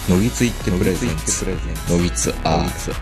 のぎついってプレゼンツのぎつア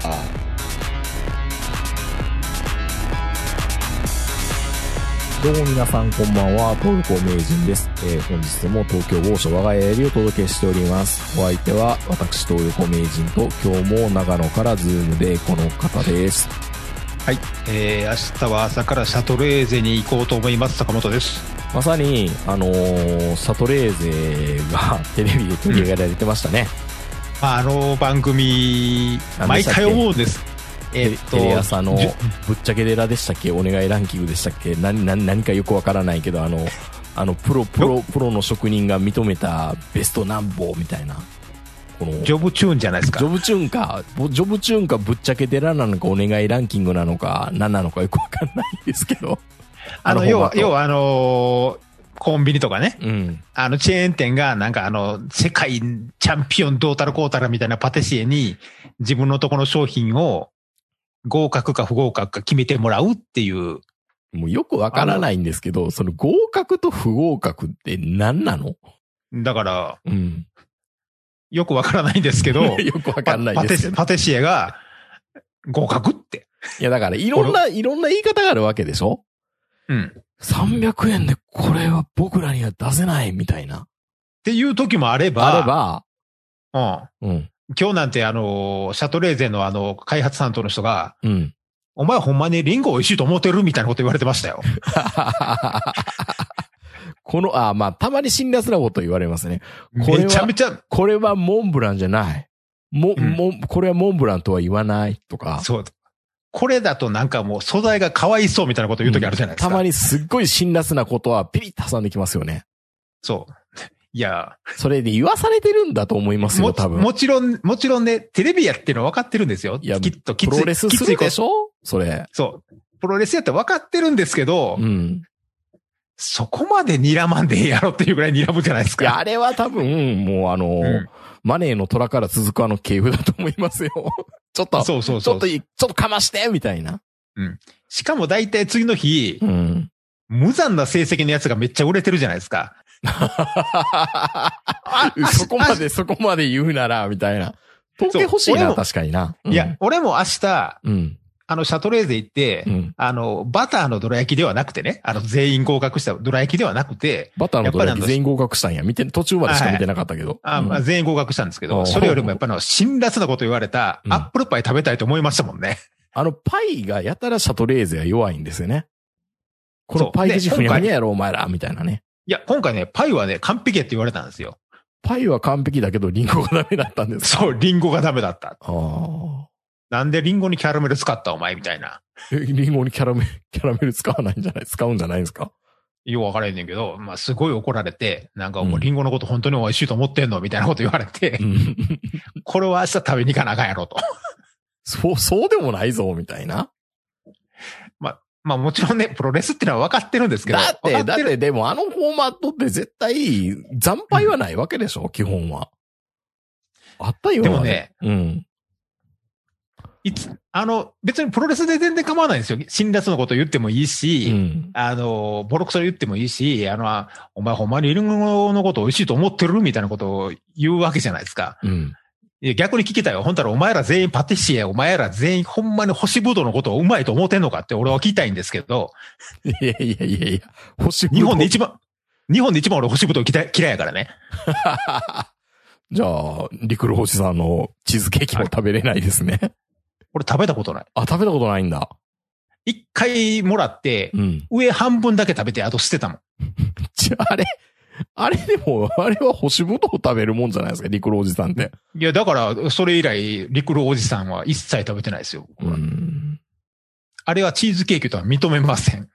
どうも皆さんこんばんは、東横名人です。本日も東京某所我が家よりお届けしております。お相手は私東横名人と、今日も長野からズームでこの方です。 はい、明日は朝からシャトレーゼに行こうと思います。坂本です。 まさにシャトレーゼがテレビで取り上げられてましたね。 番組毎回思うんです。 テレ朝のぶっちゃけ寺でしたっけ、お願いランキングでしたっけ、何かよくわからないけど、プロの職人が認めたベストナンバーみたいな、このジョブチューンじゃないですか。 ジョブチューンかぶっちゃけ寺なのかお願いランキングなのか何なのかよくわかんないですけど、 要はコンビニとかね、 うん、 チェーン店がなんか世界チャンピオンどうたらこうたらみたいなパティシエに自分のところの商品を合格か不合格か決めてもらうっていう。 もうよくわからないんですけど、その合格と不合格って何なの？ だから、 うん、 よくわからないんですけど、 よくわかんないですけど、 パティシエが合格って。 いやだからいろんな言い方があるわけでしょ？ うん。 300円でこれは僕らには出せないみたいな。 っていう時もあれば、うん。今日なんてシャトレーゼの開発担当の人が、 うん。 お前ほんまにリンゴ美味しいと思ってるみたいなこと言われてましたよ。 まあ、たまに辛辣なこと言われますね。 めちゃめちゃ。 これはモンブランじゃない。これはモンブランとは言わないとか。 そう。これだとなんかもう素材がかわいそうみたいなこと言う時あるじゃないですか。 たまにすっごい辛辣なことはピリッと挟んできますよね。 そう。いや。 それで言わされてるんだと思いますよ、多分。 もちろんね、テレビやってるのは分かってるんですよ。 いや、 きっときつい。 プロレスするでしょそれ。 そう。プロレスやって分かってるんですけど、 うん。 そこまで睨まんでええやろっていうぐらい睨むじゃないですか。 いや、あれは多分、もうマネーの虎から続く系譜だと思いますよ。ちょっと、 そう。 ちょっとかましてみたいな。 うん。しかも大体次の日、 うん。 無残な成績のやつがめっちゃ売れてるじゃないですか。 そこまで言うなら、みたいな。統計欲しいな、確かにな。 いや、俺も明日、 うん。 シャトレーゼ行って、 うん、 バターのどら焼きではなくてね、全員合格したどら焼きではなくて、 バターのどら焼き全員合格したんや。途中までしか見てなかったけど。 全員合格したんですけど、それよりもやっぱ辛辣なこと言われた、アップルパイ食べたいと思いましたもんね。 パイがやたらシャトレーゼは弱いんですよね。このパイ生地ふにゃふにゃやろ、お前ら、みたいなね。 いや、今回ね、パイはね、完璧やって言われたんですよ。 パイは完璧だけど、リンゴがダメだったんですか？ そう、リンゴがダメだった。 あ。 なんでリンゴにキャラメル使ったお前みたいな。 リンゴにキャラメル使うんじゃないですか？ よくわからへんねんけど、まあ、すごい怒られて、なんかもうリンゴのこと本当に美味しいと思ってんのみたいなこと言われて、これは明日食べに行かなあかんやろと。 そうでもないぞ、みたいな。 まあもちろんね、プロレスってのは分かってるんですけど。 だってでもフォーマットって絶対惨敗はないわけでしょ、基本は。あったよ。 でもね、 うん。 別にプロレスで全然構わないんですよ。辛辣なこと言ってもいいし、 うん、 ボロクソ言ってもいいし、お前ほんまにリンゴのこと美味しいと思ってるみたいなことを言うわけじゃないですか。 うん。 いや逆に聞きたいよ。ほんたらお前ら全員パティシエ、お前ら全員ほんまに干しぶどうのことをうまいと思ってんのかって俺は聞きたいんですけど。 いや。干しぶどう。 日本で一番俺干しぶどう嫌いやからね。 じゃあ、リクル星さんのチーズケーキも食べれないですね。 俺食べたことない。 あ、食べたことないんだ。 一回もらって、上半分だけ食べてあと捨てたもん。 あれでも、あれは干しぶどう食べるもんじゃないですか、リクルおじさんって。 いや、だから、それ以来、リクルおじさんは一切食べてないですよ。あれはチーズケーキとは認めません。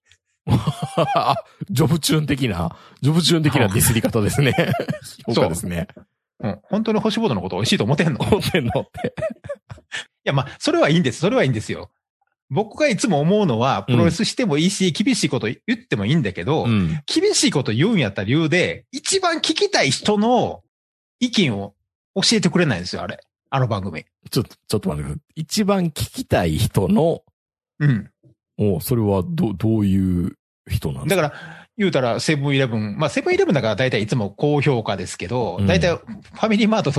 ジョブチューン的なディスり方ですね。そうですね。 うん。本当に干しぶどうのこと美味しいと思ってんのって。 いや、まあ、それはいいんですよ。僕がいつも思うのは、プロレスしてもいいし、厳しいこと言ってもいいんだけど、厳しいこと言うんやった理由で、一番聞きたい人の意見を教えてくれないんですよ、あれ。あの番組。 ちょっと待ってください。一番聞きたい人の、それはどういう人なんですか？ だから、言うたらセブンイレブン。まあセブンイレブンだから大体いつも高評価ですけど、大体ファミリーマートとか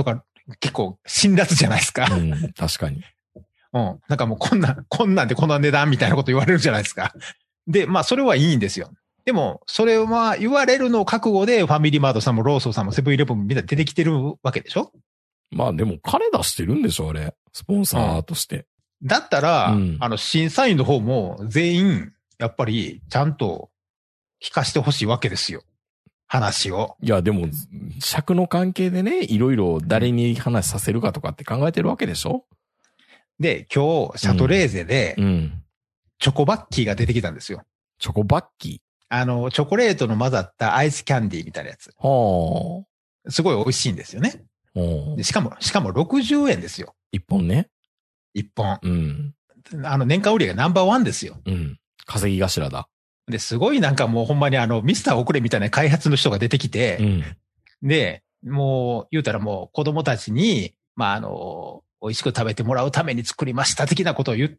結構辛辣じゃないですか。 うん、確かに。 うん。なんかもうこんなんでこんな値段みたいなこと言われるじゃないですか。で、まあそれはいいんですよ。でも、それは言われるのを覚悟でファミリーマートさんもローソンさんもセブンイレブンもみんな出てきてるわけでしょ？ まあでも金出してるんでしょ、あれ。スポンサーとして。 だったら、 うん、 審査員の方も全員、やっぱりちゃんと聞かしてほしいわけですよ。話を。 いや、でも、尺の関係でね、いろいろ誰に話させるかとかって考えてるわけでしょ？ で、今日、シャトレーゼで、チョコバッキーが出てきたんですよ。 チョコバッキー？チョコレートの混ざったアイスキャンディーみたいなやつ。 はあ。すごい美味しいんですよね。でしかも60円ですよ。 一本ね。 一本。 うん。 年間売り上げナンバーワンですよ。 うん。稼ぎ頭だ。 で、すごいなんかもうほんまにミスターオクレみたいな開発の人が出てきて、で、もう言うたらもう子供たちに、まあ美味しく食べてもらうために作りました的なことを言って、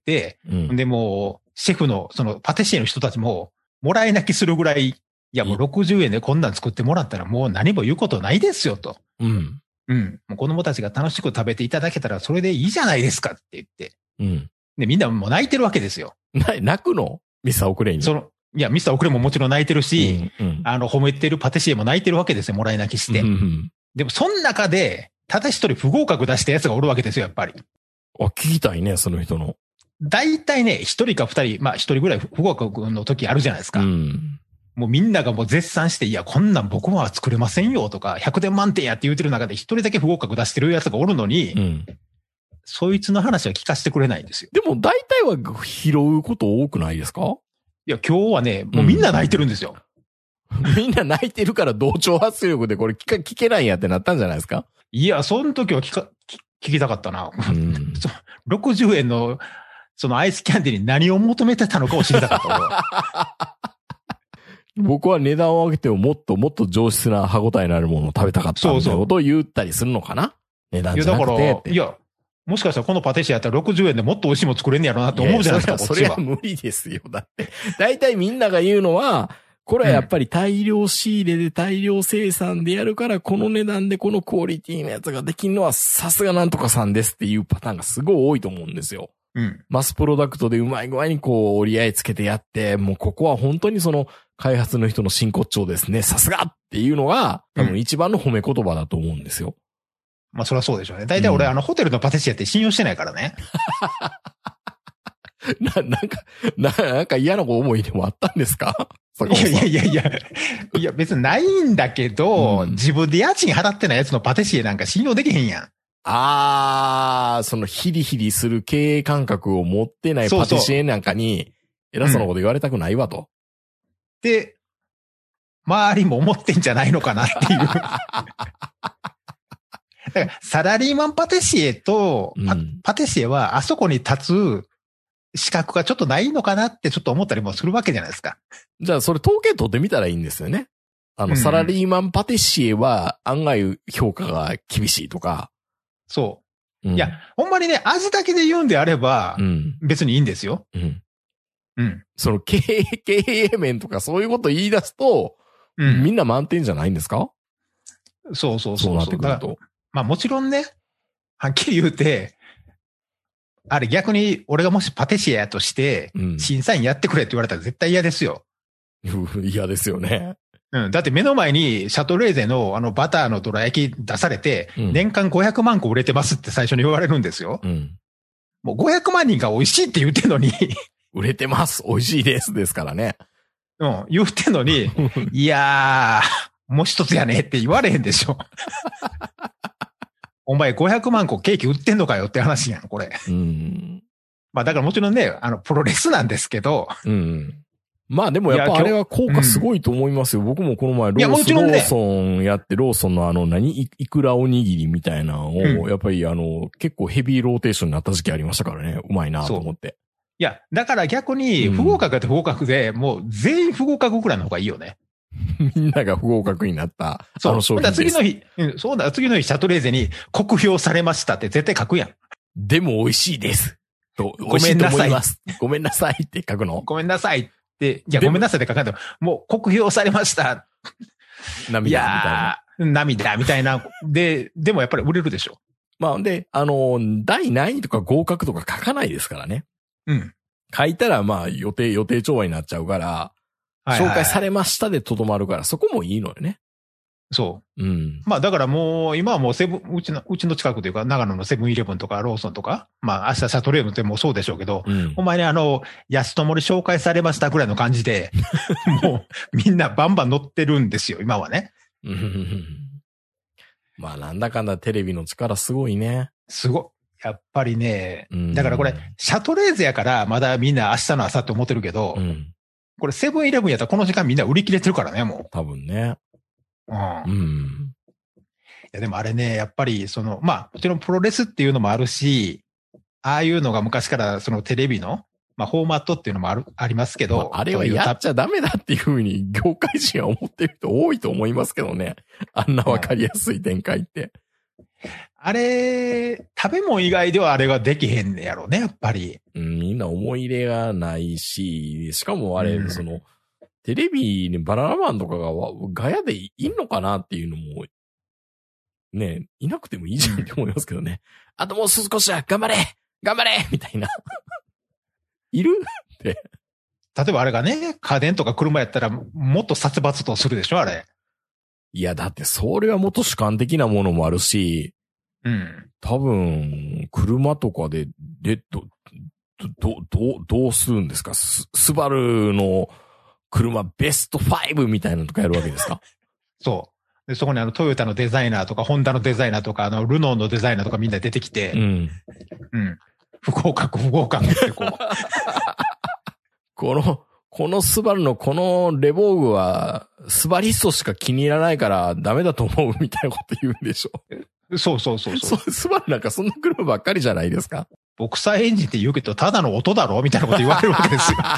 で、もうシェフのそのパティシエの人たちももらい泣きするぐらい、いやもう60円でこんなん作ってもらったらもう何も言うことないですよと。もう子供たちが楽しく食べていただけたらそれでいいじゃないですかって言って。で、みんなもう泣いてるわけですよ。 泣くの？ミスターオクレに。 いや、ミスターオクレももちろん泣いてるし、褒めてるパティシエも泣いてるわけですよ、もらい泣きして。でも、その中で、ただ一人不合格出したやつがおるわけですよ、やっぱり。 あ、聞きたいね、その人の。 大体ね、一人か二人、まあ一人ぐらい不合格の時あるじゃないですか。もうみんながもう絶賛して、いや、こんなん僕は作れませんよとか、100点満点やって言うてる中で一人だけ不合格出してるやつがおるのに、そいつの話は聞かせてくれないんですよ。 でも大体は拾うこと多くないですか？ いや、今日はね、もうみんな泣いてるんですよ。 みんな泣いてるから同調圧力でこれ聞けないんやってなったんじゃないですか？いや、その時は聞きたかったな。60円のそのアイスキャンディーに何を求めてたのかを知りたかった。 僕は値段を上げてももっともっと上質な歯応えのあるものを食べたかったみたいなことを言ったりするのかな？値段じゃなくてって。 いや、だから、いや、もしかしたらこのパティシエやったら60円でもっと美味しいもの作れんねやろなって思うじゃないですか、 それは無理ですよ。だって。大体みんなが言うのは、これはやっぱり大量仕入れで大量生産でやるから、この値段でこのクオリティのやつができるのはさすがなんとかさんですっていうパターンがすごい多いと思うんですよ。マスプロダクトでうまい具合にこう折り合いつけてやって、もうここは本当にその開発の人の真骨頂ですね。さすがっていうのが多分一番の褒め言葉だと思うんですよ。 まあそりゃそうでしょうね。大体俺ホテルのパティシエって信用してないからね。 なんか嫌な思いでもあったんですか？ いや別にないんだけど、自分で家賃払ってないやつのパティシエなんか信用できへんやん。 そのヒリヒリする経営感覚を持ってないパティシエなんかに、偉そうなこと言われたくないわと。 で、周りも思ってんじゃないのかなっていう。だからサラリーマンパティシエと、パティシエはあそこに立つ資格がちょっとないのかなってちょっと思ったりもするわけじゃないですか。 じゃあそれ統計取ってみたらいいんですよね。サラリーマンパティシエは案外評価が厳しいとか。 そう。いや、ほんまにね、味だけで言うんであれば、別にいいんですよ。 その経営面とかそういうこと言い出すと、みんな満点じゃないんですか？ そうそうそうなってくると。 まあもちろんね、はっきり言うて、あれ逆に俺がもしパティシエやとして、審査員やってくれって言われたら絶対嫌ですよ。 嫌ですよね。 だって目の前にシャトレーゼのバターのどら焼き出されて、年間500万個売れてますって最初に言われるんですよ。もう500万人が美味しいって言ってんのに。 売れてます。美味しいですですからね。 言ってんのに、いやー、もう一つやねって言われへんでしょ。お前500万個ケーキ売ってんのかよって話やん、これ。まあだからもちろんね、プロレスなんですけど。 まあでもやっぱあれは効果すごいと思いますよ。僕もこの前ローソンやって、ローソンのイクラおにぎりみたいなのを、やっぱり結構ヘビーローテーションになった時期ありましたからね。うまいなと思って。 いや、だから逆に不合格やって不合格で、もう全員不合格くらいの方がいいよね。 みんなが不合格になった。 そう。次の日、次の日シャトレーゼに酷評されましたって絶対書くやん。 でも美味しいです。ごめんなさい。ごめんなさいって書くの？ ごめんなさいって、いや、ごめんなさいって書かないと、もう酷評されました。 涙みたいな。 涙みたいな。でもやっぱり売れるでしょ。 まあ、で、第何位とか合格とか書かないですからね。 うん。 書いたら、まあ、予定調和になっちゃうから、紹介されましたでとどまるから、そこもいいのよね。 そう。 うん。 まあだからもう、今はもううちの近くというか、長野のセブンイレブンとかローソンとか、まあ明日シャトレームでもそうでしょうけど、お前ね、安友に紹介されましたぐらいの感じで、もうみんなバンバン乗ってるんですよ、今はね。 まあなんだかんだテレビの力すごいね。 すごい。やっぱりね、だからこれ、シャトレーゼやからまだみんな明日の朝って思ってるけど、これセブンイレブンやったらこの時間みんな売り切れてるからね、もう。 多分ね。 いやでもあれね、やっぱりまあ、もちろんプロレスっていうのもあるし、ああいうのが昔からテレビの、まあ、フォーマットっていうのもありますけど。 あれはやっちゃダメだっていうふうに業界人は思ってる人多いと思いますけどね。あんなわかりやすい展開って。 あれ、食べ物以外ではあれができへんねやろうね、やっぱり。 みんな思い入れがないし、しかもあれ、テレビにバナナマンとかがガヤでいんのかなっていうのも、ね、いなくてもいいじゃんって思いますけどね。あともう少しだ頑張れみたいな。いるって。 例えばあれがね、家電とか車やったらもっと殺伐とするでしょ、あれ。 いや、だってそれはもっと主観的なものもあるし、多分、車とかで、どうするんですか？スバルの車ベスト5みたいなのとかやるわけですか？そう。 で、そこにトヨタのデザイナーとか、ホンダのデザイナーとか、ルノーのデザイナーとかみんな出てきて、不合格ってこう。 このスバルのこのレボーグは、スバリストしか気に入らないからダメだと思うみたいなこと言うんでしょ。そう。スバルなんかそんな車ばっかりじゃないですか。 ボクサーエンジンって言うけど、ただの音だろみたいなこと言われるわけですよ。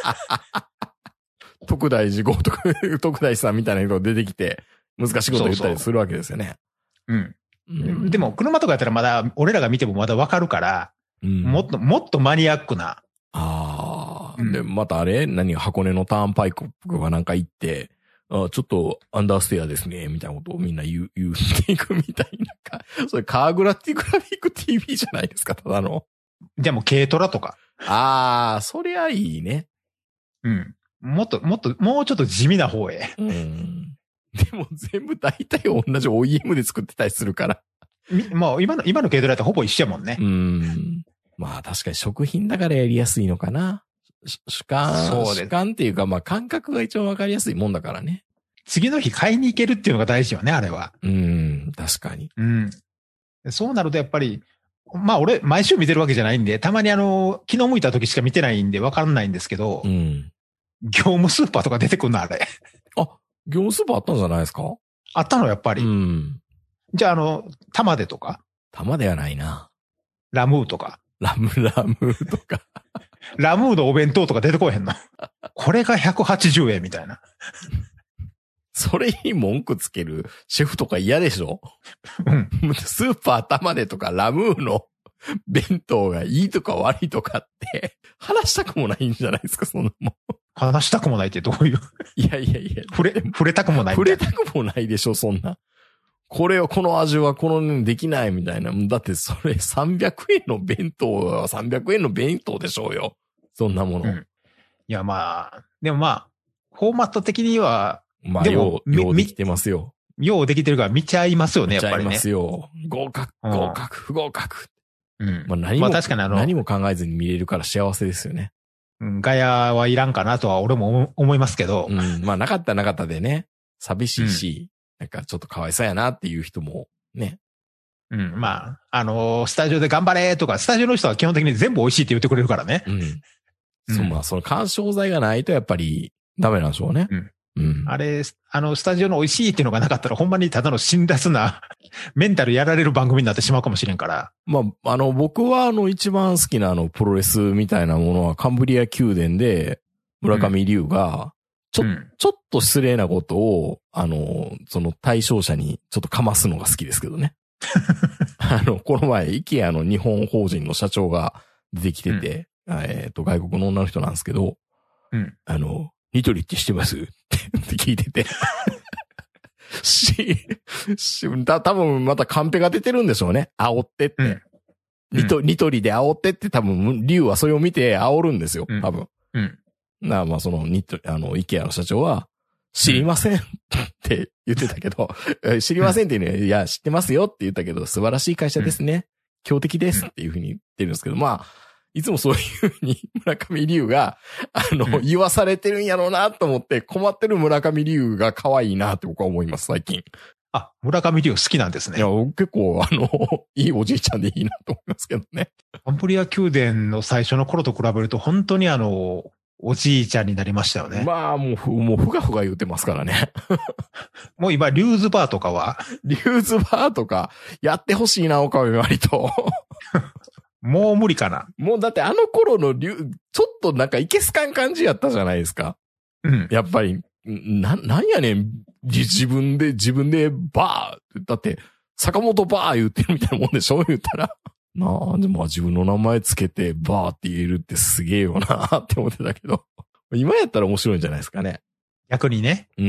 特大寺豪徳大さんみたいな人が出てきて、難しいこと言ったりするわけですよね。 でも、車とかやったらまだ、俺らが見てもまだわかるから、もっとマニアックな。 で、またあれ箱根のターンパイクがなんか行って、ちょっとアンダーステアですね、みたいなことをみんな言っていくみたいな。それカーグラフィック TV じゃないですか、ただの。 じゃあもう軽トラとか。 そりゃいいね。 もうちょっと地味な方へ。 でも全部大体同じ OEM で作ってたりするから。 もう今の軽トラやったらほぼ一緒やもんね。 まあ確かに食品だからやりやすいのかな。主観っていうか、まあ感覚が一番わかりやすいもんだからね。 次の日買いに行けるっていうのが大事よね、あれは。 確かに。 そうなるとやっぱり、まあ俺、毎週見てるわけじゃないんで、たまに気の向いた時しか見てないんでわからないんですけど、業務スーパーとか出てくるの、あれ。 業務スーパーあったんじゃないですか？ あったの、やっぱり。じゃあ玉でとか？ 玉ではないな。 ラムーとか。 ラムーとか。 ラムーのお弁当とか出てこへんの。これが180円みたいな。 それに文句つけるシェフとか嫌でしょ？スーパー玉でとかラムーの弁当がいいとか悪いとかって話したくもないんじゃないですか、そんなもん。 話したくもないってどういう。 いや。 触れたくもない。 触れたくもないでしょ、そんな。この味はこのね、できないみたいな。だってそれ300円の弁当は300円の弁当でしょうよ。そんなもの。いや、まあ、でもまあ、フォーマット的には、 まあ、ようできてますよ。 ようできてるから見ちゃいますよね、やっぱりね。 見ちゃいますよ。合格、不合格。まあ確かに何も考えずに見れるから幸せですよね。 ガヤはいらんかなとは俺も思いますけど。 まあなかったでね、寂しいし、なんかちょっとかわいそうやなっていう人もね。 まあ、スタジオで頑張れとか、スタジオの人は基本的に全部美味しいって言ってくれるからね。 まあその干渉剤がないとやっぱりダメなんでしょうね。 あれ、スタジオの美味しいっていうのがなかったらほんまにただの辛辣なメンタルやられる番組になってしまうかもしれんから。 まあ、僕は一番好きなプロレスみたいなものはカンブリア宮殿で村上龍がちょっと失礼なことを、その対象者にちょっとかますのが好きですけどね。この前、IKEA の日本法人の社長が出てきてて、外国の女の人なんですけど、ニトリって知ってますって聞いてて。 多分またカンペが出てるんでしょうね。煽ってって。うんニトリで煽ってって多分、竜はそれを見て煽るんですよ。多分。まあそのイケアの社長は、知りませんって言ってたけど、知りませんっていうのは、いや、知ってますよって言ったけど、素晴らしい会社ですね。強敵ですっていうふうに言ってるんですけど、まあ、いつもそういうふうに村上龍が、言わされてるんやろうなと思って困ってる村上龍が可愛いなって僕は思います、最近。 あ、村上龍好きなんですね。 いや、結構いいおじいちゃんでいいなと思いますけどね。 カンブリア宮殿の最初の頃と比べると本当におじいちゃんになりましたよね。 まあ、もうふがふが言ってますからね。 もう今、リューズバーとかはリューズバーとか、やってほしいな、岡部割と。 もう無理かな。 もうだって頃のちょっとなんかいけすかん感じやったじゃないですか。うん。やっぱり、なんやねん。自分でバーだって、坂本バー言ってるみたいなもんでしょ言ったら。なんでまあ自分の名前つけてバーって言えるってすげえよなって思ってたけど。今やったら面白いんじゃないですかね。 逆にね。 うん。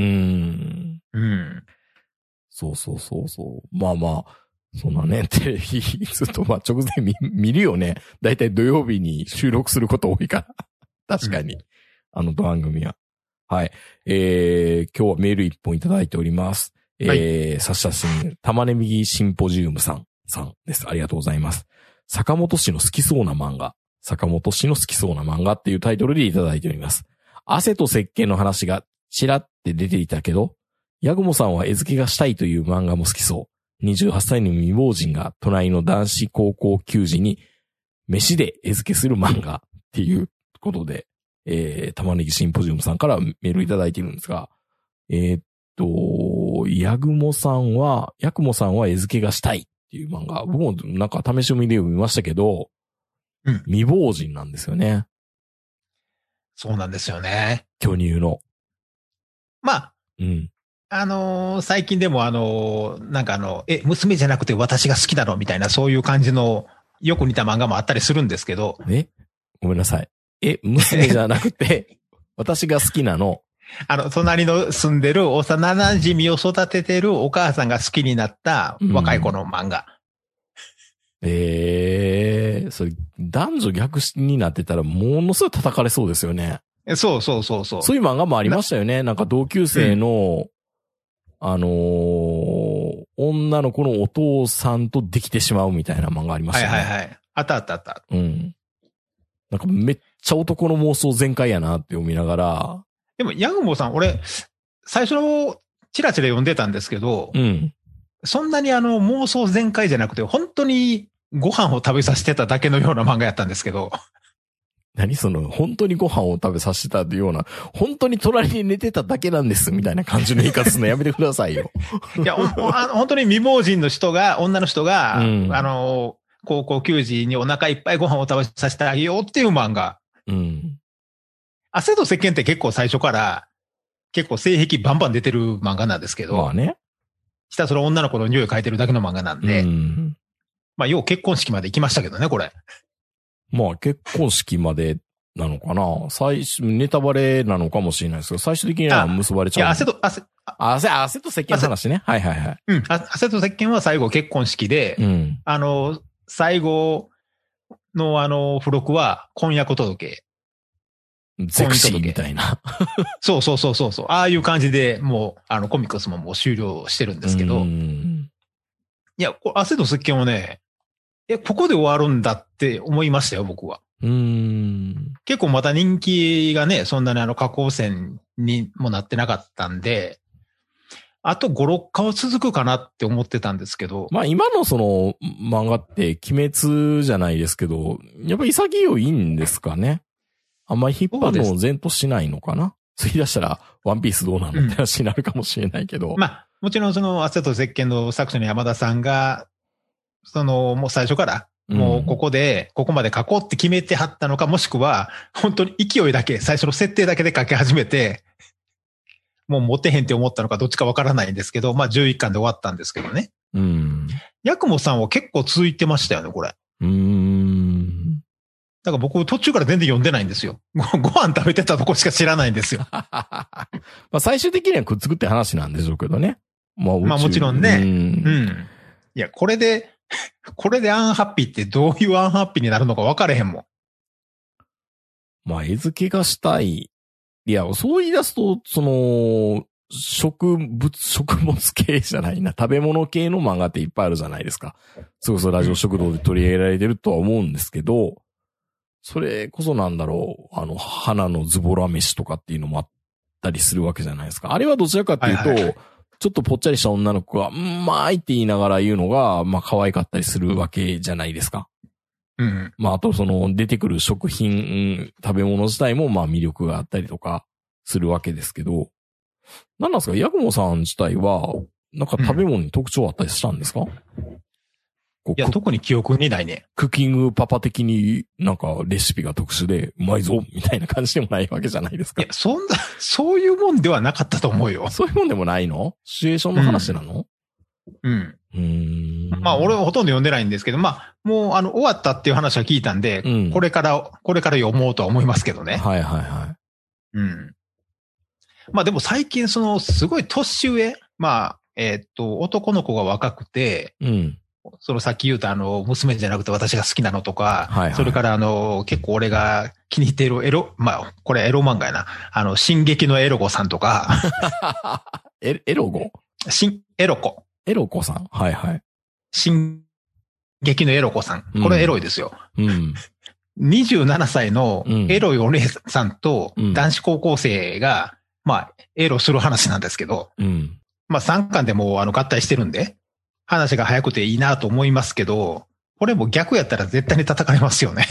そう。まあまあ、そんなね、テレビずっとまあ直前見るよね。だいたい土曜日に収録すること多いから。確かに。番組は。はい。今日はメール一本いただいております。はい、サッシャシン、玉ねぎシンポジウムさんです。ありがとうございます。坂本氏の好きそうな漫画っていうタイトルでいただいております。汗と石鹸の話がちらって出ていたけど、ヤグモさんは絵付けがしたいという漫画も好きそう。28歳の未亡人が隣の男子高校球児に飯で絵付けする漫画っていうことで、玉ねぎシンポジウムさんからメールいただいているんですが、ヤクモさんは絵付けがしたいっていう漫画、僕もなんか試し読みで読みましたけど、未亡人なんですよね。 そうなんですよね。 巨乳の。 まあ、最近でもなんか娘じゃなくて私が好きだろみたいなそういう感じのよく似た漫画もあったりするんですけど。 ごめんなさい。娘じゃなくて、私が好きなの。 隣の住んでる幼馴染を育ててるお母さんが好きになった若い子の漫画。 それ、男女逆になってたらものすごい叩かれそうですよね。 そう。そういう漫画もありましたよね。なんか同級生の、女の子のお父さんとできてしまうみたいな漫画ありましたよね。 はい。あった。 なんかめっちゃ男の妄想全開やなって読みながら。 でも、ヤグモさん、俺、最初のチラチラ読んでたんですけど、そんなに妄想全開じゃなくて、本当にご飯を食べさせてただけのような漫画やったんですけど。 何本当にご飯を食べさせてたっていうような、本当に隣に寝てただけなんですみたいな感じの言い方するのやめてくださいよ。 いや、本当に未亡人の女の人が、高校球児にお腹いっぱいご飯を食べさせてあげようっていう漫画。汗と石鹸って結構最初から結構性癖バンバン出てる漫画なんですけど。 まあね。 ひたすら女の子の匂い嗅いでるだけの漫画なんで。まあ、要結婚式まで行きましたけどね、これ。 まあ、結婚式までなのかな。ネタバレなのかもしれないですけど、最終的には結ばれちゃう。いや、汗と石鹸の話ね。はい。 汗と石鹸は最後結婚式で、最後の付録は婚約届。 ゼクシーみたいな。 そう。ああいう感じでもう、コミックスももう終了してるんですけど。いや、汗と石鹸はね、ここで終わるんだって思いましたよ、僕は。結構また人気がね、そんなに下降線にもなってなかったんで、あと5、6巻は続くかなって思ってたんですけど。 まあ今のその漫画って鬼滅じゃないですけど、やっぱり潔いんですかね。あんまり引っ張るのを前としないのかな。次出したらワンピースどうなのって話になるかもしれないけど。 まあもちろんその汗と石鹸の作者の山田さんが、もう最初から、もうここまで書こうって決めてはったのか、もしくは、本当に勢いだけ、最初の設定だけで書き始めて、もう持てへんって思ったのかどっちかわからないんですけど、まあ11巻で終わったんですけどね。ヤクモさんは結構続いてましたよね、これ。だから僕途中から全然読んでないんですよ。ご飯食べてたとこしか知らないんですよ。 まあ最終的にはくっつくって話なんでしょうけどね。 まあもちろんね。うん。いや、これでアンハッピーってどういうアンハッピーになるのか分かれへんもん。 まあ、絵付けがしたい。いや、そう言い出すと、植物系じゃないな。食べ物系の漫画っていっぱいあるじゃないですか。それこそラジオ食堂で取り上げられてるとは思うんですけど、それこそなんだろう、花のズボラ飯とかっていうのもあったりするわけじゃないですか。あれはどちらかっていうと、はいはい、ちょっとぽっちゃりした女の子が、まあいって言いながら言うのが、まあ可愛かったりするわけじゃないですか。 うん。 まああと出てくる食品、食べ物自体もまあ魅力があったりとかするわけですけど、なんですか、ヤクモさん自体は、なんか食べ物に特徴あったりしたんですか？ いや、特に記憶にないね。 クッキングパパ的になんかレシピが特殊でうまいぞみたいな感じでもないわけじゃないですか。 いや、そういうもんではなかったと思うよ。 そういうもんでもないの？シチュエーションの話なの？ うん。まあ、俺はほとんど読んでないんですけど、まあ、もう終わったっていう話は聞いたんで、うん、これから読もうとは思いますけどね。 はいはいはい。 うん。まあでも最近すごい年上、まあ、男の子が若くて、 うん。 さっき言うた娘じゃなくて私が好きなのとか、 はいはい、 それから結構俺が気に入っているまあ、これエロ漫画やな。進撃のエロ子さんとか。 エロ子？ エロ子。 エロ子さん？はいはい。 進撃のエロ子さん。これエロいですよ。 うん。 27歳のエロいお姉さんと男子高校生が、まあ、エロする話なんですけど、 うん、 まあ3巻でも合体してるんで、話が早くていいなと思いますけど、これも逆やったら絶対に叩かれますよね。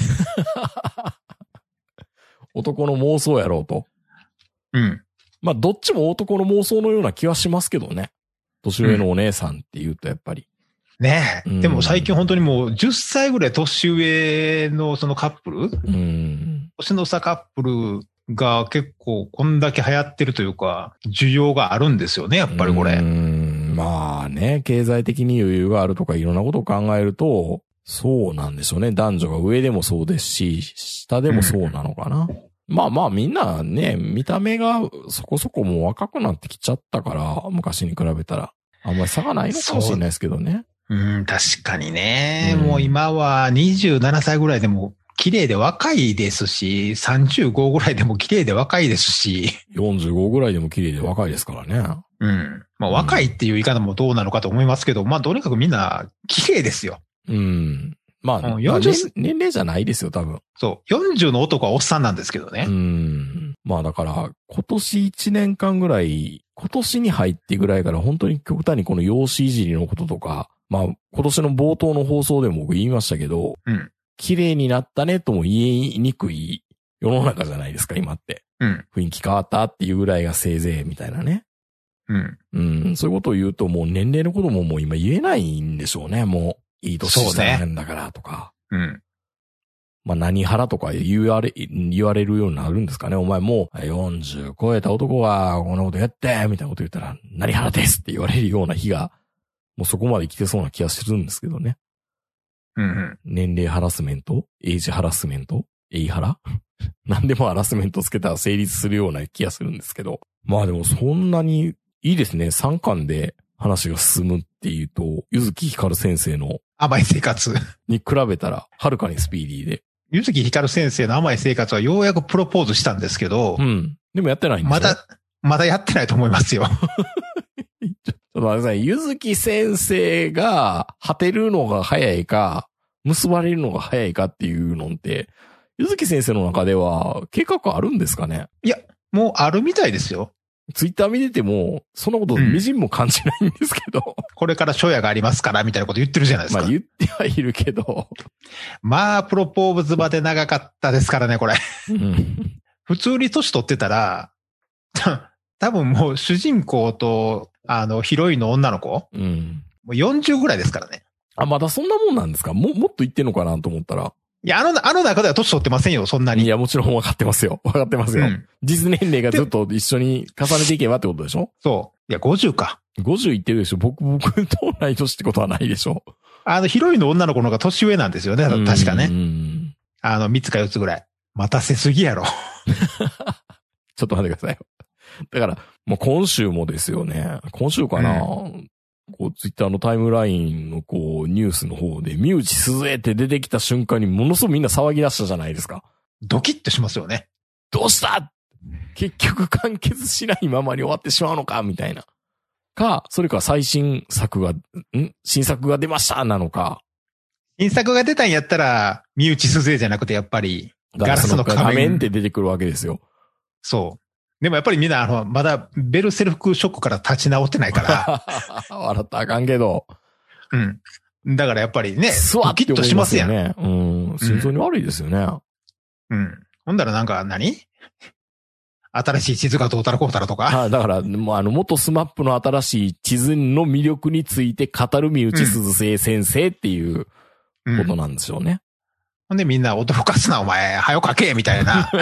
男の妄想やろうと。 うん。 まあどっちも男の妄想のような気はしますけどね。年上のお姉さんって言うとやっぱり。 ねえ。でも最近本当にもう10歳ぐらい年上のそのカップル？年の差カップルが結構こんだけ流行ってるというか、需要があるんですよね、やっぱりこれ。 まあね、経済的に余裕があるとかいろんなことを考えると、そうなんでしょうね。男女が上でもそうですし、下でもそうなのかな。まあみんなね、見た目がそこそこもう若くなってきちゃったから、昔に比べたら。あんまり差がないのかもしれないですけどね。 確かにね。もう今は27歳ぐらいでも綺麗で若いですし、35ぐらいでも綺麗で若いですし。 45ぐらいでも綺麗で若いですからね。 まあ若いっていう言い方もどうなのかと思いますけど、まあとにかくみんな綺麗ですよ。 まあ、40年齢じゃないですよ、多分。 そう。40の男はおっさんなんですけどね。 まあだから、今年1年間ぐらい、今年に入ってぐらいから本当に極端にこの容姿いじりのこととか、まあ今年の冒頭の放送でも僕言いましたけど、綺麗になったねとも言いにくい世の中じゃないですか、今って。雰囲気変わったっていうぐらいがせいぜいみたいなね。そういうことを言うともう年齢のことももう今言えないんでしょうね、もう。いい年したらんだからとか。まあ何腹とか言われるようになるんですかね。お前もう40超えた男がこんなことやってみたいなこと言ったら何腹ですって言われるような日がもうそこまで来てそうな気がするんですけどね。年齢ハラスメント、エイジハラスメント、エイハラ何でもハラスメントつけたら成立するような気がするんですけど。まあでもそんなにいいですね。3巻で話が進むっていうと、柚木ひかる先生の甘い生活に比べたらはるかにスピーディーで。 柚木ひかる先生の甘い生活はようやくプロポーズしたんですけど。 でもやってないんですよ。 まだやってないと思いますよ。 ちょっと待ってください。柚木先生が果てるのが早いか、結ばれるのが早いかっていうのって、柚木先生の中では計画あるんですかね？ いや、もうあるみたいですよ。 ツイッター見てても、そんなことみじんも感じないんですけど。 これから初夜がありますから、みたいなこと言ってるじゃないですか。 まあ言ってはいるけど。 まあ、プロポーズまで長かったですからね、これ。普通に年取ってたら、多分もう主人公と、ヒロインの女の子、もう40ぐらいですからね。 あ、まだそんなもんなんですか？もっと言ってんのかなと思ったら。 いや、あの中では年取ってませんよ、そんなに。 いや、もちろん分かってますよ。分かってますよ。実年齢がずっと一緒に重ねていけばってことでしょ？ そう。いや、50か。 50いってるでしょ？僕と同い年ってことはないでしょ？ ヒロインの女の子の方が年上なんですよね、確かね。3つか4つぐらい。待たせすぎやろ。 ちょっと待ってください。 だから、もう今週もですよね。今週かな、こう、ツイッターのタイムラインのこう、ニュースの方で、三内鈴江って出てきた瞬間にものすごくみんな騒ぎ出したじゃないですか。 ドキッとしますよね。 どうした結局完結しないままに終わってしまうのかみたいな。か、それか新作が出ましたなのか。 新作が出たんやったら、三内鈴江じゃなくてやっぱり、ガラスの仮面そう。でもやっぱりみんな、まだベルセルクショックから立ち直ってないから。 笑ったらあかんけど。 うん。だからやっぱりね、ドキッとしますやん。 ね。うん。心臓に悪いですよね。 うん。ほんだらなんか何新しい地図がどうたらこうたらとか。 だから、もう元スマップの新しい地図の魅力について語る三内鈴江先生っていうことなんでしょうね。 ほんでみんな驚かすなお前、早く書けみたいな。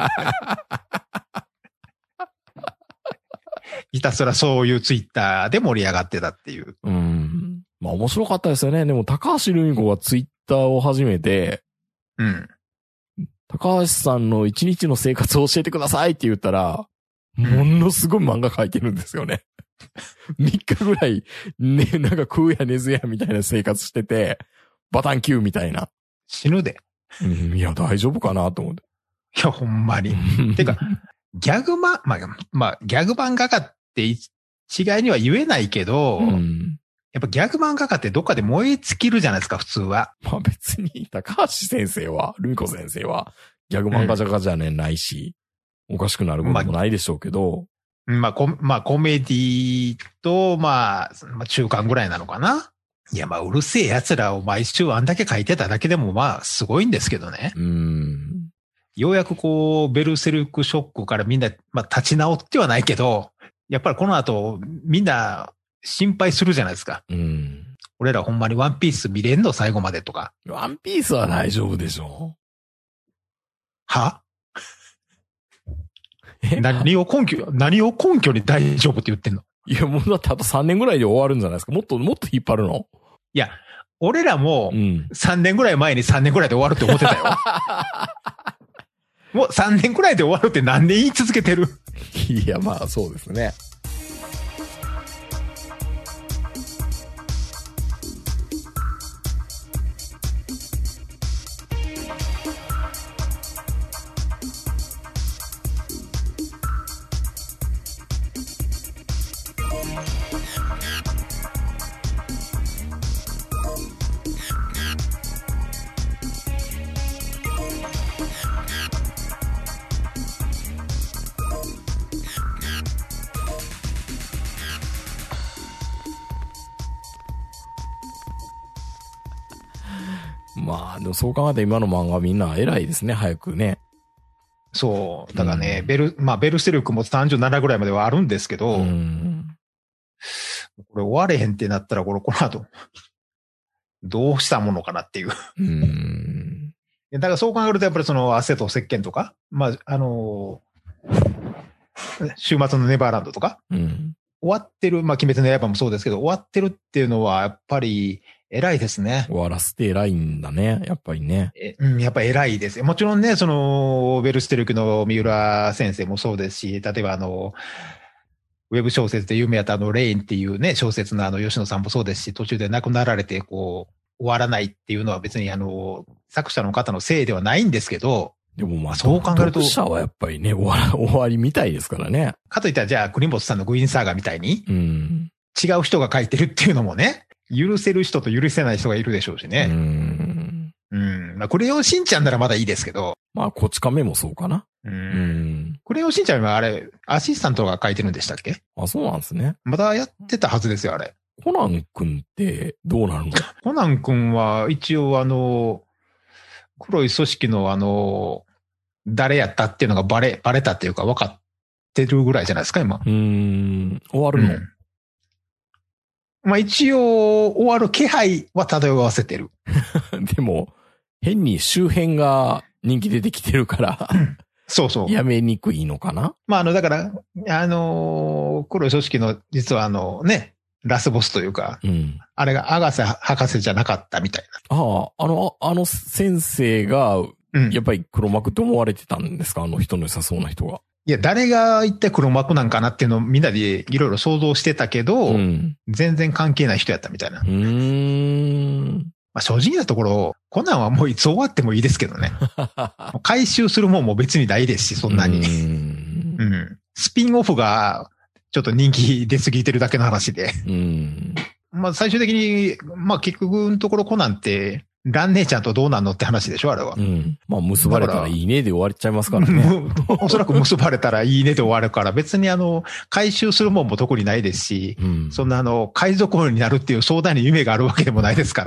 ひたすらそういうツイッターで盛り上がってたっていう。 まあ面白かったですよね。でも高橋留美子がツイッターを始めて、高橋さんの一日の生活を教えてくださいって言ったら、ものすごい漫画描いてるんですよね。3日ぐらい、ね、なんか食うや寝ずやみたいな生活してて、バタンキューみたいな。 死ぬで。 いや、大丈夫かなと思って。 いや、ほんまに。てか、ギャグ漫画家って一概には言えないけど、やっぱギャグ漫画家ってどっかで燃え尽きるじゃないですか、普通は。 まあ別に、高橋先生は、ルミ子先生は、ギャグ漫画家じゃないし、おかしくなることもないでしょうけど。 コメディと、中間ぐらいなのかな。いや、うるせえ奴らを毎週あんだけ書いてただけでもすごいんですけどね。ようやくこう、ベルセルクショックからみんな、立ち直ってはないけど、やっぱりこの後、みんな心配するじゃないですか。俺らほんまにワンピース見れんの最後までとか。 ワンピースは大丈夫でしょ。 は何を根拠に大丈夫って言ってんの？ いや、もうだってあと3年ぐらいで終わるんじゃないですか。もっと引っ張るの？ いや、俺らも3年ぐらい前に3年ぐらいで終わるって思ってたよ。もう3年ぐらいで終わるって何年言い続けてる？ いや、そうですね。でもそう考えたら今の漫画みんな偉いですね、早くね。 そう。だからね、ベルセルクも37ぐらいまではあるんですけど、これ終われへんってなったら、この後、どうしたものかなっていう。だからそう考えるとやっぱりその汗と石鹸とか、週末のネバーランドとか、終わってる、鬼滅の刃もそうですけど、終わってるっていうのはやっぱり偉いですね。 終わらせて偉いんだね、やっぱりね。 やっぱ偉いですよ。もちろんね、その、ベルステルクの三浦先生もそうですし、例えばウェブ小説で有名やったレインっていうね、小説の吉野さんもそうですし、途中で亡くなられて、終わらないっていうのは別に作者の方のせいではないんですけど、でもそう考えると。 読者はやっぱりね、終わりみたいですからね。 かといったらじゃあ、クリンボスさんのグイーンサーガーみたいに、違う人が書いてるっていうのもね、許せる人と許せない人がいるでしょうしね。クレヨンしんちゃんならまだいいですけど。 こち亀もそうかな。 クレヨンしんちゃんはあれ、アシスタントが書いてるんでしたっけ？ そうなんですね。 まだやってたはずですよ、あれ。 コナン君ってどうなるの？ コナン君は一応黒い組織の誰やったっていうのがバレたっていうか分かってるぐらいじゃないですか、今。 終わるの？ 一応終わる気配は漂わせてる。 でも、変に周辺が人気出てきてるから、 そうそう。 やめにくいのかな？ だから、黒い組織の実はラスボスというか、あれがアガサ博士じゃなかったみたいな。先生が、やっぱり黒幕と思われてたんですか？あの人の良さそうな人が。 いいや、誰が一体黒幕なんかなっていうのをみんなでいろいろ想像してたけど、全然関係ない人やったみたいな。まあ、正直なところ、コナンはもういつ終わってもいいですけどね。回収するもんも別にないですし、そんなに。スピンオフがちょっと人気出すぎてるだけの話で。まあ最終的に、まあ結局のところコナンって、ラン姉ちゃんとどうなんのって話でしょあれは。 まあ結ばれたらいいねで終わっちゃいますからね。 おそらく結ばれたらいいねで終わるから、別に回収するもんも特にないですし、そんな海賊王になるっていう壮大な夢があるわけでもないですから、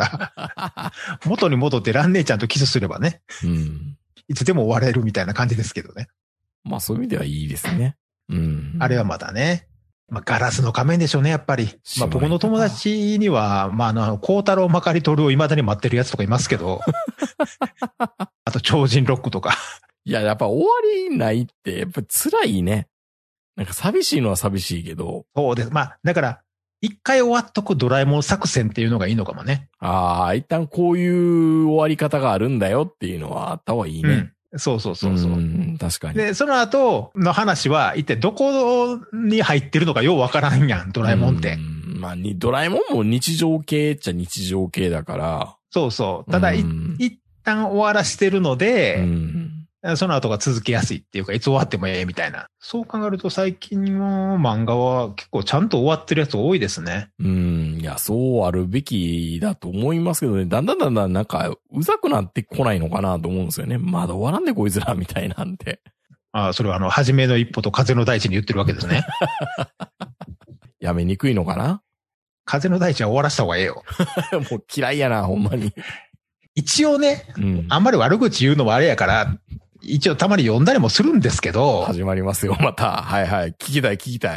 元に戻ってラン姉ちゃんとキスすればね、いつでも終われるみたいな感じですけどね。 まあそういう意味ではいいですね。 あれはまだね。まあ、ガラスの仮面でしょうね、やっぱり。まあ、僕の友達には、まあ、孝太郎まかり取るを未だに待ってるやつとかいますけど。あと、超人ロックとか。 いや、やっぱ終わりないって、やっぱ辛いね。なんか寂しいのは寂しいけど。 そうです。まあ、だから、一回終わっとくドラえもん作戦っていうのがいいのかもね。 ああ、一旦こういう終わり方があるんだよっていうのはあった方がいいね。 そう。確かに。 で、その後の話は、一体どこに入ってるのかようわからんやん、ドラえもんって。 まあ、ドラえもんも日常系っちゃ日常系だから。 そう。ただ、一旦終わらしてるので、その後が続けやすいっていうか、いつ終わってもええみたいな。そう考えると最近の漫画は結構ちゃんと終わってるやつ多いですね。 いや、そうあるべきだと思いますけどね。だんだんなんか、うざくなってこないのかなと思うんですよね。まだ終わらんでこいつらみたいなんて。 ああ、それは初めの一歩と風の大地に言ってるわけですね。 やめにくいのかな？ 風の大地は終わらせた方がええよ。 もう嫌いやな、ほんまに。 一応ね、あんまり悪口言うのもあれやから、一応たまに読んだりもするんですけど。 始まりますよ、また。はい。聞きたい。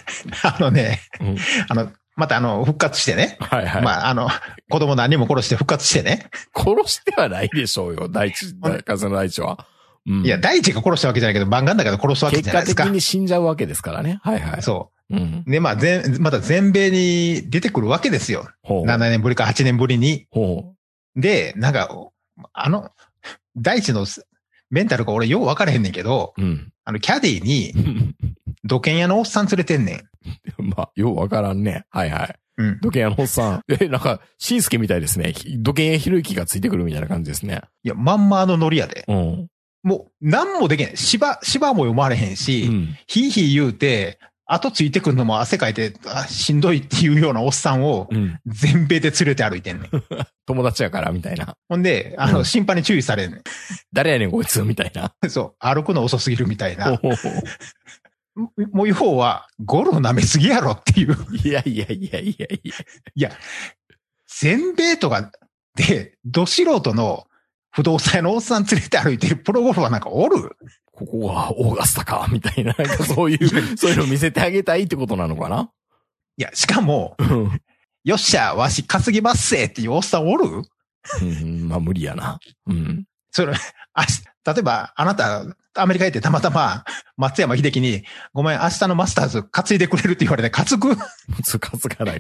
また復活してね。 はい。 まあ子供何人も殺して復活してね。 殺してはないでしょうよ、風の大地は。 いや、大地が殺したわけじゃないけど、漫画の中で殺すわけじゃないですか。 結果的に死んじゃうわけですからね。はい。 そう。で、まあ、また全米に出てくるわけですよ。7年ぶりか8年ぶりに。で、なんか、大地のメンタルが俺よう分からへんねんけど、キャディに、土建屋のおっさん連れてんねん。まあ、よう分からんね。はい。土建屋のおっさん。なんか、しんすけみたいですね。土建屋ひろゆきがついてくるみたいな感じですね。 いや、まんまノリやで。もう、なんもできない。芝も読まれへんし、ひいひい言うて、後ついてくるのも汗かいて、しんどいっていうようなおっさんを、全米で連れて歩いてんねん。 友達やから、みたいな。 ほんで、審判に注意されんねん。 誰やねん、こいつ、みたいな。 そう、歩くの遅すぎるみたいな。もう要は、ゴルフ舐めすぎやろっていう。 いや。 いや、全米とかで、ど素人の不動産屋のおっさん連れて歩いてるプロゴルファーなんかおる？ ここはオーガスタか、みたいな、なんかそういうの見せてあげたいってことなのかな？ いや、しかも、よっしゃ、わし稼ぎますせっていうおっさんおる？ まあ無理やな。 それ、例えば、あなた、アメリカ行ってたまたま、松山秀樹に、ごめん、明日のマスターズ担いでくれるって言われて、担ぐ？ 担がない。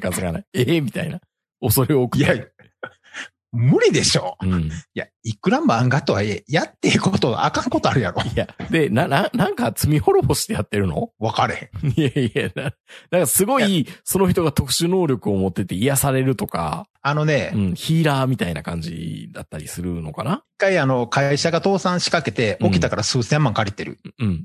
みたいな。恐れ多くて。 いや、無理でしょ。いや、いくら漫画とはいえ、やっていいこと、あかんことあるやろ。 いや、で、なんか罪滅ぼしてやってるの？ 分かれへん。 いや、なんかすごい、その人が特殊能力を持ってて癒されるとか、ヒーラーみたいな感じだったりするのかな？ 一回会社が倒産しかけて、起きたから数千万借りてる。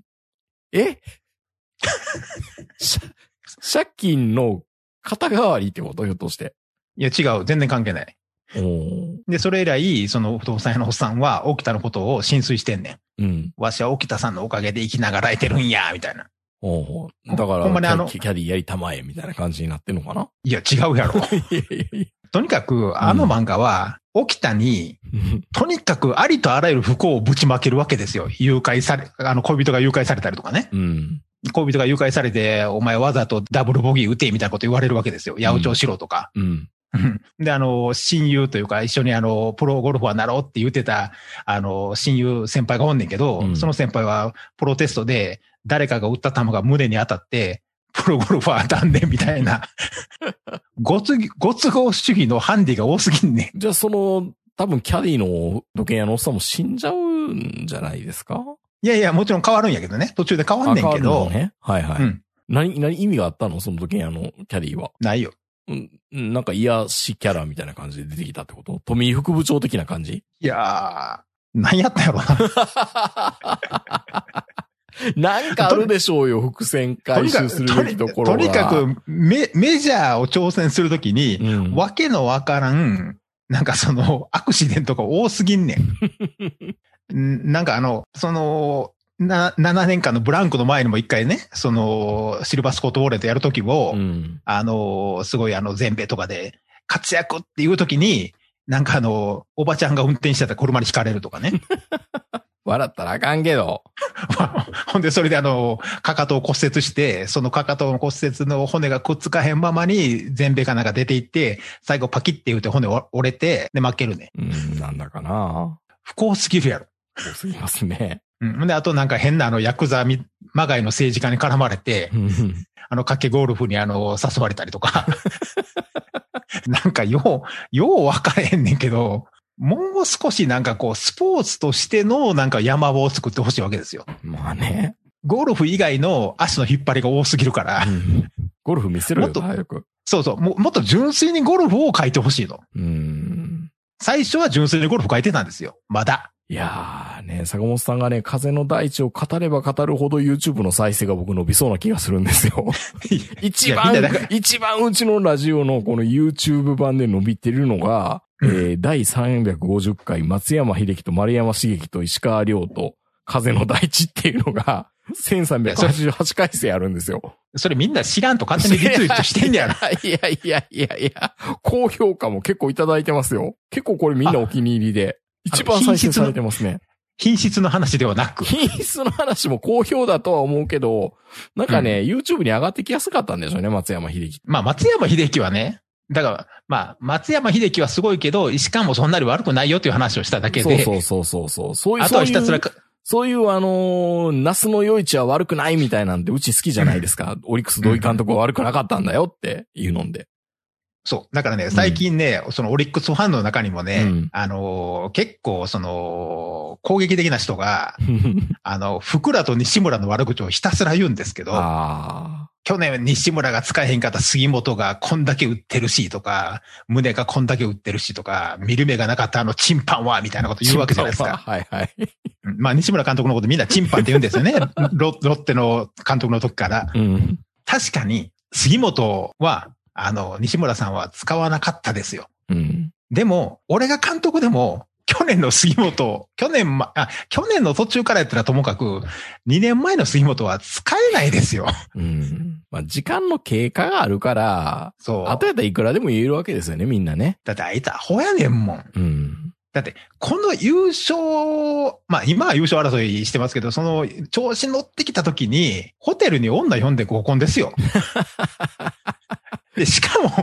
借金の肩代わりってこと？ひょっとして。 いや、違う。全然関係ない。で、それ以来、その不動産屋のおっさんは、沖田のことを浸水してんねん。わしは沖田さんのおかげで生きながらえてるんや、みたいな。 だから、ほんまにキャディやりたまえ、みたいな感じになってんのかな？いや、違うやろ。とにかく、漫画は、沖田に、とにかくありとあらゆる不幸をぶちまけるわけですよ。恋人が誘拐されたりとかね。恋人が誘拐されて、お前わざとダブルボギー打て、みたいなこと言われるわけですよ。八百長しろとか。で、親友というか、一緒にプロゴルファーになろうって言ってた、親友先輩がおんねんけど、その先輩は、プロテストで、誰かが打った球が胸に当たって、プロゴルファー断念みたいな、ご都合主義のハンディが多すぎんねん。 じゃあ多分キャディの時計屋のおっさんも死んじゃうんじゃないですか？ いやいや、もちろん変わるんやけどね。途中で変わんねんけど。 ね、はいはい。 うん。 何意味があったのその時にキャリーは。 ないよ。 なんか癒しキャラみたいな感じで出てきたってこと？富井副部長的な感じ？ いやー、何やったんやろな。 なんかあるでしょうよ、伏線回収するべきところが。 とにかくメジャーを挑戦するときに、わけのわからん、なんかアクシデントが多すぎんねん。なんか7年間のブランクの前にも一回ね、シルバースコートウォーレットやるときを、すごい全米とかで活躍っていうときに、なんかおばちゃんが運転してた車にひかれるとかね。 笑ったらあかんけど。 ほんで、それでかかとを骨折して、そのかかとの骨折の骨がくっつかへんままに、全米かなんか出ていって、最後パキって言うて骨折れて、で負けるね。 なんだかな。 不幸すぎるやろ。 不幸すぎますね。 で、あとなんか変なヤクザまがいの政治家に絡まれて、賭けゴルフに誘われたりとか。なんかよう分かれへんねんけど、もう少しなんかスポーツとしてのなんか山場を作ってほしいわけですよ。 まあね。 ゴルフ以外の足の引っ張りが多すぎるから。 ゴルフ見せろよ、早く。 そうそう。もっと純粋にゴルフを書いてほしいの。最初は純粋にゴルフ書いてたんですよ。まだ。 いやーね、坂本さんがね、風の大地を語れば語るほど YouTube の再生が僕伸びそうな気がするんですよ。一番うちのラジオのこの YouTube 版で伸びてるのが、第350回松山秀樹と丸山茂樹と石川亮と風の大地っていうのが1388回生あるんですよ。 それみんな知らんと勝手にリツイートしてんねやろ。 いや、高評価も結構いただいてますよ。結構これみんなお気に入りで。一番再生されてますね。 品質の話ではなく。 品質の話も好評だとは思うけど、なんかね、YouTube に上がってきやすかったんでしょうね、松山秀樹。 まあ松山秀樹はね、だから、まあ松山秀樹はすごいけど、石川もそんなに悪くないよっていう話をしただけで。 そう。 あとはひたすら、 そういう那須の余市は悪くないみたいなんでうち好きじゃないですか。オリックス土井監督は悪くなかったんだよっていうので。 そう。だからね、最近ね、オリックスファンの中にもね、結構攻撃的な人が、福良と西村の悪口をひたすら言うんですけど、去年西村が使えへんかった杉本がこんだけ打ってるしとか、宗がこんだけ打ってるしとか、見る目がなかったチンパンは、みたいなこと言うわけじゃないですか。 はい。 まあ西村監督のことみんなチンパンって言うんですよね。ロッテの監督の時から。確かに、杉本は、西村さんは使わなかったですよ。でも、俺が監督でも、去年の杉本、去年の途中からやったらともかく、2年前の杉本は使えないですよ。 まあ、時間の経過があるから、そう。後やったらいくらでも言えるわけですよね、みんなね。 だってあいつアホやねんもん。だって、この優勝、まあ今は優勝争いしてますけど、調子乗ってきた時に、ホテルに女呼んで合コンですよ。で、しかも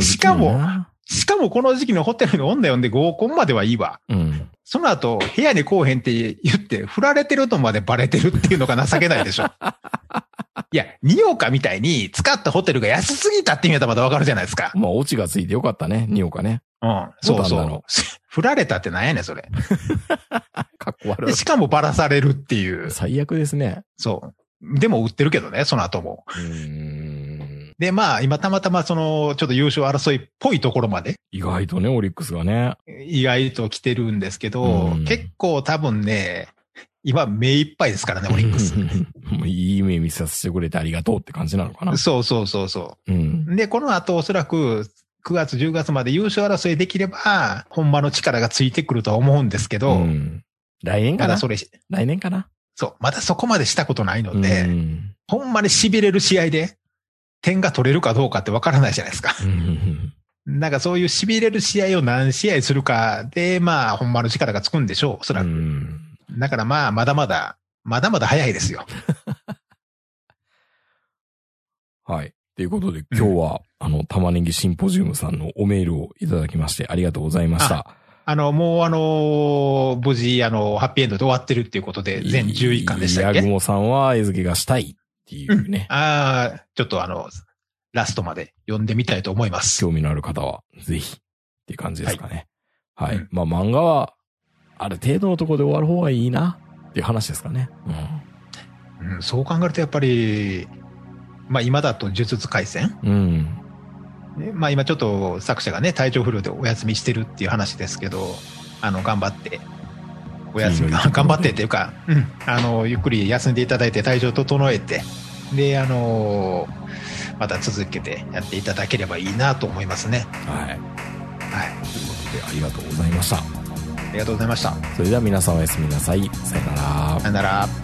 この時期のホテルに女呼んで合コンまではいいわ。その後、部屋に来おへんって言って、振られてるとまでバレてるっていうのが情けないでしょ。いや、ニオカみたいに使ったホテルが安すぎたって意味だったらまだわかるじゃないですか。 まあ、オチがついてよかったね、ニオカね。 そう。振られたってなんやねん、それ。 かっこ悪い。 しかもバラされるっていう。 最悪ですね。 そう。でも売ってるけどね、その後も。で、まあ、今たまたまちょっと優勝争いっぽいところまで。 意外とね、オリックスがね。 意外と来てるんですけど、結構多分ね、今目いっぱいですからね、オリックス。 もういい夢見させてくれてありがとうって感じなのかな。 そう。で、この後おそらく9月、10月まで優勝争いできれば、本場の力がついてくるとは思うんですけど、 来年かな。来年かな。 そう、まだそこまでしたことないので、ほんまに痺れる試合で、点が取れるかどうかってわからないじゃないですか。なんかそういう痺れる試合を何試合するかで、まあ、ほんまの力がつくんでしょう、おそらく。だからまあ、まだまだ早いですよ。 はい。ということで、今日は、玉ねぎシンポジウムさんのおメールをいただきまして、ありがとうございました。 もう無事、ハッピーエンドで終わってるっていうことで、全11巻でしたっけ？ ヤグモさんは餌付けがしたい。っていうね。 ちょっとラストまで読んでみたいと思います。 興味のある方は、ぜひ、っていう感じですかね。はい。まあ漫画は、ある程度のところで終わる方がいいな。 っていう話ですかね。 うん、そう考えるとやっぱり、まあ今だと呪術廻戦。うん。まあ今ちょっと作者がね、体調不良でお休みしてるっていう話ですけど、頑張って、お休み、頑張ってっていうか、うん、ゆっくり休んでいただいて体調整えて、で、また続けてやっていただければいいなと思いますね。 はい。はい。ということで、ありがとうございました。ありがとうございました。 それでは皆さんおやすみなさい。さよなら。 さよなら。